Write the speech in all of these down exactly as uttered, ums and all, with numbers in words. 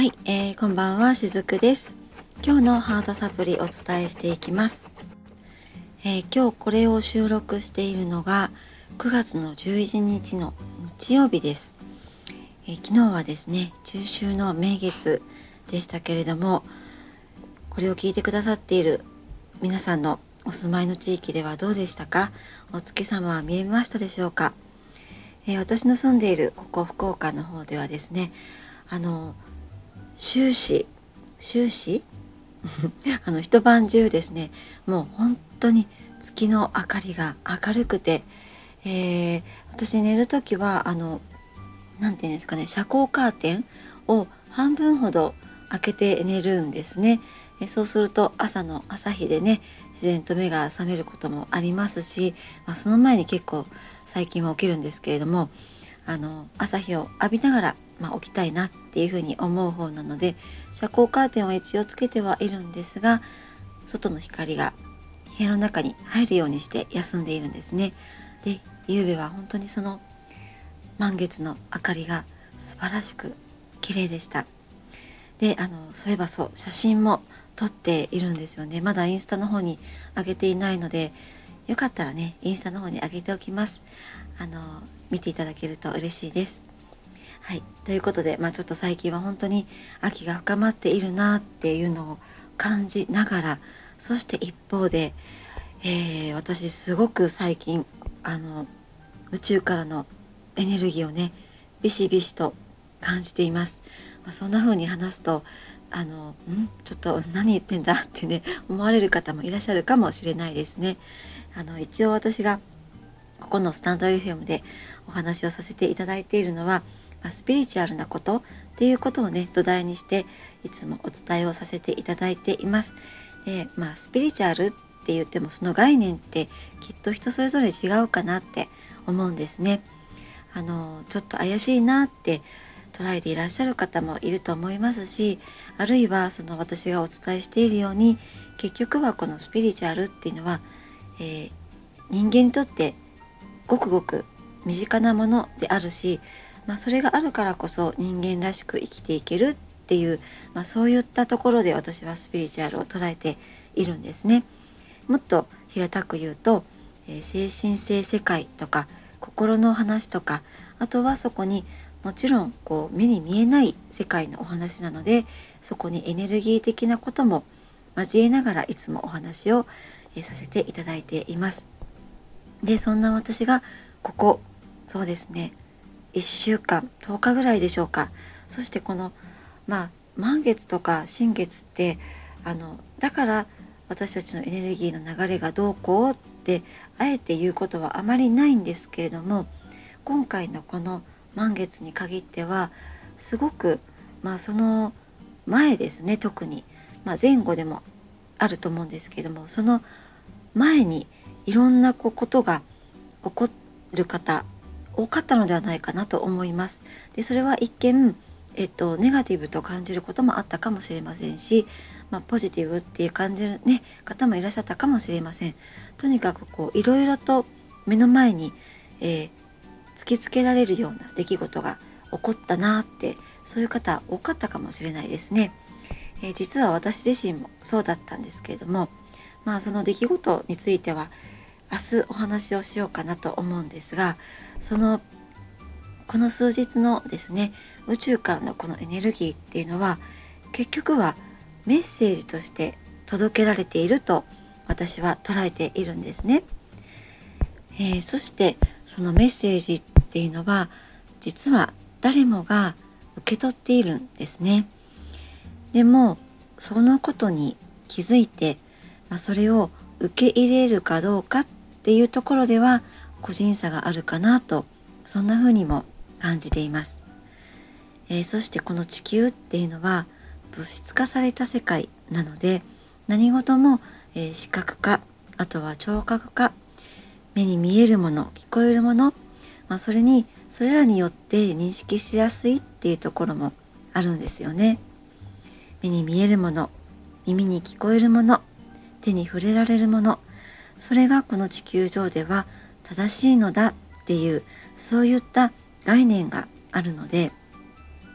はい、えー、こんばんは、しずくです。今日のハートサプリお伝えしていきます。えー、今日これを収録しているのがくがつのじゅういちにちの日曜日です。えー、昨日はですね、中秋の名月でしたけれども、これを聞いてくださっている皆さんのお住まいの地域ではどうでしたか？お月様は見えましたでしょうか？えー、私の住んでいるここ福岡の方ではですね、あの終始終始あの一晩中ですね、もう本当に月の明かりが明るくて、えー、私寝る時はあのなんていうんですかね、遮光カーテンを半分ほど開けて寝るんですね。えそうすると朝の朝日でね、自然と目が覚めることもありますし、まあ、その前に結構最近は起きるんですけれども、あの朝日を浴びながら、まあ、起きたいなっていうふうに思う方なので、遮光カーテンを一応つけてはいるんですが、外の光が部屋の中に入るようにして休んでいるんですね。で、夕べは本当にその満月の明かりが素晴らしく綺麗でした。で、あのそういえばそう写真も撮っているんですよね。まだインスタの方に上げていないので、よかったらねインスタの方に上げておきます。あの見ていただけると嬉しいです。はい、ということで、まあ、ちょっと最近は本当に秋が深まっているなっていうのを感じながら、そして一方で、えー私すごく最近あの宇宙からのエネルギーをねビシビシと感じています。まあ、そんな風に話すとあのんちょっと何言ってんだってね思われる方もいらっしゃるかもしれないですね。あの一応私がここのスタンド エフエム でお話をさせていただいているのは、まあ、スピリチュアルなことっていうことをね土台にしていつもお伝えをさせていただいています。で、まあスピリチュアルって言ってもその概念ってきっと人それぞれ違うかなって思うんですね。あのちょっと怪しいなって捉えていらっしゃる方もいると思いますし、あるいはその私がお伝えしているように、結局はこのスピリチュアルっていうのは、えー人間にとってごくごく身近なものであるし、まあ、それがあるからこそ人間らしく生きていけるっていう、まあ、そういったところで私はスピリチュアルを捉えているんですね。もっと平たく言うと、えー精神性世界とか心の話とか、あとはそこにもちろんこう目に見えない世界のお話なので、そこにエネルギー的なことも交えながらいつもお話を、えーさせていただいています。で、そんな私がここそうですねいっしゅうかんとおかぐらいでしょうか。そしてこのまあ満月とか新月ってあのだから私たちのエネルギーの流れがどうこうってあえて言うことはあまりないんですけれども、今回のこの満月に限ってはすごくまあその前ですね、特に、まあ、前後でもあると思うんですけれども、その前にいろんなこうことが起こる方多かったのではないかなと思います。で、それは一見、えっと、ネガティブと感じることもあったかもしれませんし、まあ、ポジティブっていう感じる、ね、方もいらっしゃったかもしれません。とにかくこういろいろと目の前に、えー突きつけられるような出来事が起こったなって、そういう方多かったかもしれないですね。えー実は私自身もそうだったんですけれども、まあその出来事については明日お話をしようかなと思うんですが、そのこの数日のですね宇宙からのこのエネルギーっていうのは結局はメッセージとして届けられていると私は捉えているんですね。えーそしてそのメッセージっていうのは実は誰もが受け取っているんですね。でもそのことに気づいて、まあ、それを受け入れるかどうかっていうところでは個人差があるかなと、そんな風にも感じています。えーそしてこの地球っていうのは物質化された世界なので、何事も、えー視覚化、あとは聴覚化、目に見えるもの聞こえるもの、まあ、それにそれらによって認識しやすいっていうところもあるんですよね。目に見えるもの、耳に聞こえるもの、手に触れられるもの、それがこの地球上では正しいのだっていう、そういった概念があるので、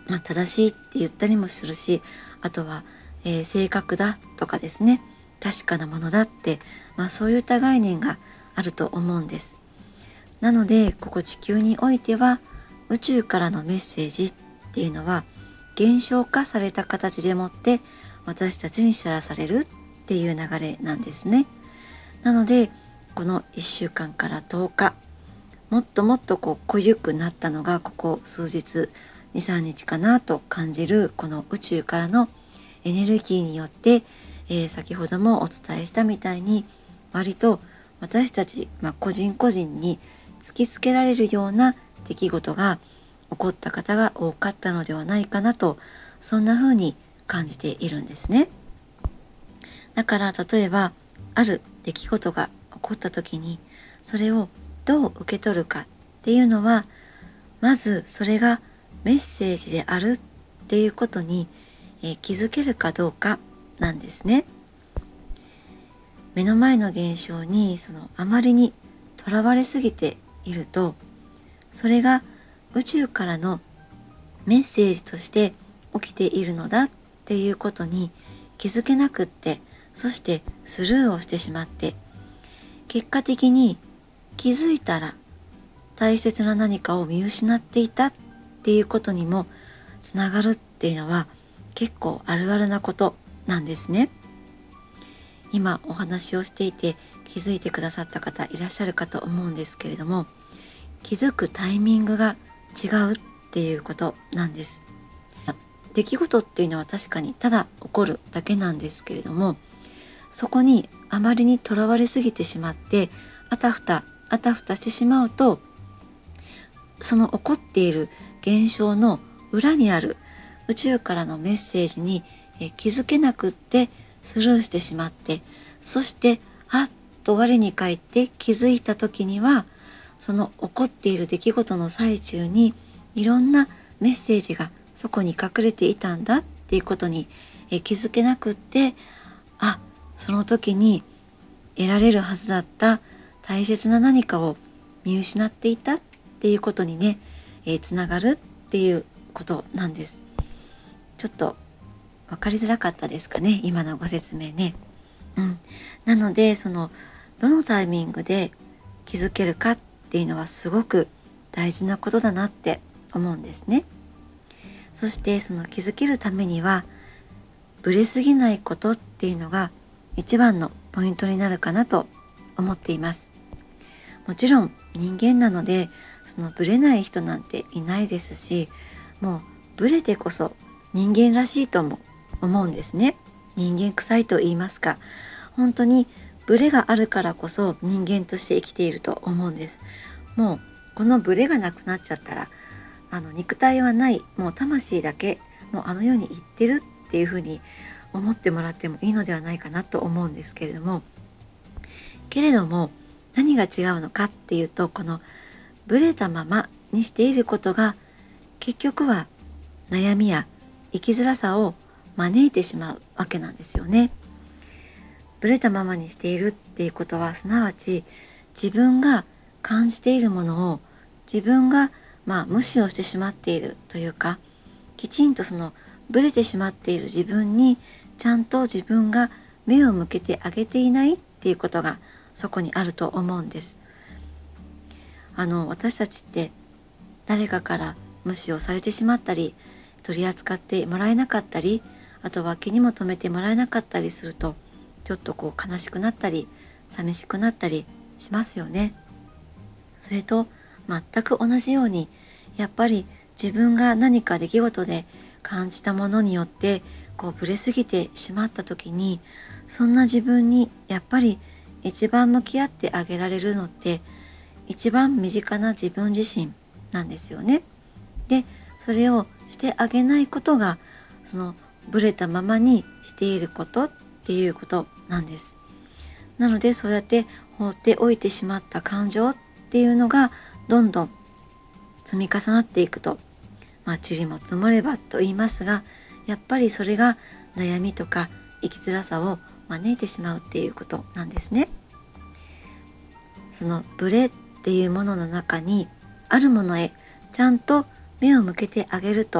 まあ、正しいって言ったりもするし、あとは、えー正確だとかですね、確かなものだって、まあ、そういった概念があると思うんです。なのでここ地球においては宇宙からのメッセージっていうのは現象化された形でもって私たちに知らされるっていう流れなんですね。なのでこのいっしゅうかんからとおか、もっともっとこう濃ゆくなったのがここ数日に、さんにちかなと感じるこの宇宙からのエネルギーによって、えー先ほどもお伝えしたみたいに割と私たち、まあ、個人個人に突きつけられるような出来事が起こった方が多かったのではないかなと、そんな風に感じているんですね。だから例えばある出来事が起こった時にそれをどう受け取るかっていうのは、まずそれがメッセージであるっていうことに、えー気づけるかどうかなんですね。目の前の現象にそのあまりにとらわれすぎていると、それが宇宙からのメッセージとして起きているのだっていうことに気づけなくって、そしてスルーをしてしまって、結果的に気づいたら大切な何かを見失っていたっていうことにもつながるっていうのは結構あるあるなことなんですね。今お話をしていて気づいてくださった方いらっしゃるかと思うんですけれども、気づくタイミングが違うっていうことなんです。出来事っていうのは確かにただ起こるだけなんですけれども、そこにあまりにとらわれすぎてしまってあたふたあたふたしてしまうと、その起こっている現象の裏にある宇宙からのメッセージにえ気づけなくってスルーしてしまって、そしてあっと我に返って気づいた時には、その起こっている出来事の最中にいろんなメッセージがそこに隠れていたんだっていうことにえ気づけなくって、あ、その時に得られるはずだった大切な何かを見失っていたっていうことにね、えーつながるっていうことなんです。ちょっと分かりづらかったですかね、今のご説明ね。うん、なのでそのどのタイミングで気づけるかっていうのはすごく大事なことだなって思うんですね。そしてその気づけるためにはブレすぎないことっていうのが一番のポイントになるかなと思っています。もちろん人間なのでそのブレない人なんていないですし、もうブレてこそ人間らしいとも思うんですね。人間臭いと言いますか、本当にブレがあるからこそ人間として生きていると思うんです。もうこのブレがなくなっちゃったら、あの肉体はない、もう魂だけ、もうあの世に行ってるっていうふうに思ってもらってもいいのではないかなと思うんですけれども、けれども何が違うのかっていうと、このブレたままにしていることが結局は悩みや生きづらさを招いてしまうわけなんですよね。ブレたままにしているっていうことは、すなわち自分が感じているものを自分がまあ無視をしてしまっているというか、きちんとそのブレてしまっている自分にちゃんと自分が目を向けてあげていないっていうことがそこにあると思うんです。あの私たちって誰かから無視をされてしまったり、取り扱ってもらえなかったり、あとは気にも留めてもらえなかったりすると、ちょっとこう悲しくなったり寂しくなったりしますよね。それと全く同じように、やっぱり自分が何か出来事で感じたものによってこうブレすぎてしまった時に、そんな自分にやっぱり一番向き合ってあげられるのって一番身近な自分自身なんですよね。で、それをしてあげないことがそのブレたままにしていることっていうことなんです。なのでそうやって放っておいてしまった感情っていうのがどんどん積み重なっていくと、まあ塵も積もればと言いますが、やっぱりそれが悩みとか生きづらさを招いてしまうっていうことなんですね。そのブレっていうものの中にあるものへちゃんと目を向けてあげると、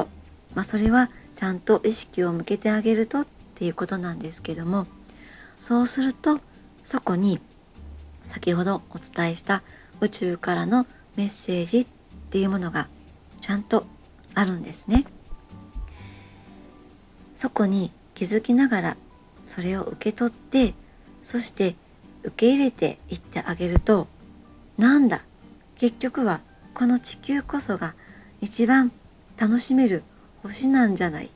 まあ、それはちゃんと意識を向けてあげるとっていうことなんですけども、そうするとそこに先ほどお伝えした宇宙からのメッセージっていうものがちゃんとあるんですね。そこに気づきながらそれを受け取って、そして受け入れていってあげると、なんだ、結局はこの地球こそが一番楽しめる星なんじゃないって、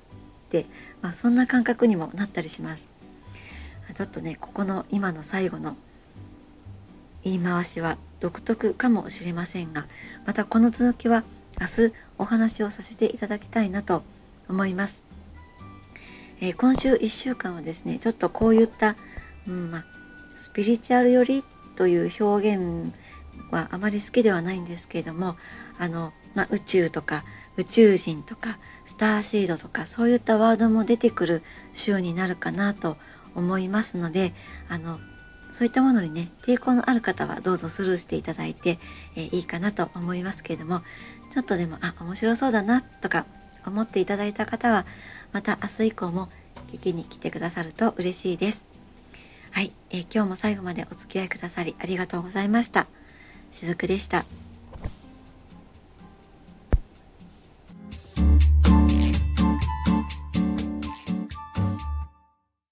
まあ、そんな感覚にもなったりします。ちょっとね、ここの今の最後の言い回しは独特かもしれませんが、またこの続きは明日お話をさせていただきたいなと思います。えー、今週いっしゅうかんはですね、ちょっとこういった、うんまあ、スピリチュアル寄りという表現はあまり好きではないんですけれども、あの、まあ、宇宙とか宇宙人とかスターシードとかそういったワードも出てくる週になるかなと思いますので、あのそういったものにね抵抗のある方はどうぞスルーしていただいて、えー、いいかなと思いますけれども、ちょっとでもあ面白そうだなとか思っていただいた方はまた明日以降も聞きに来てくださると嬉しいです。はい、えー、今日も最後までお付き合いくださりありがとうございました。しずくでした。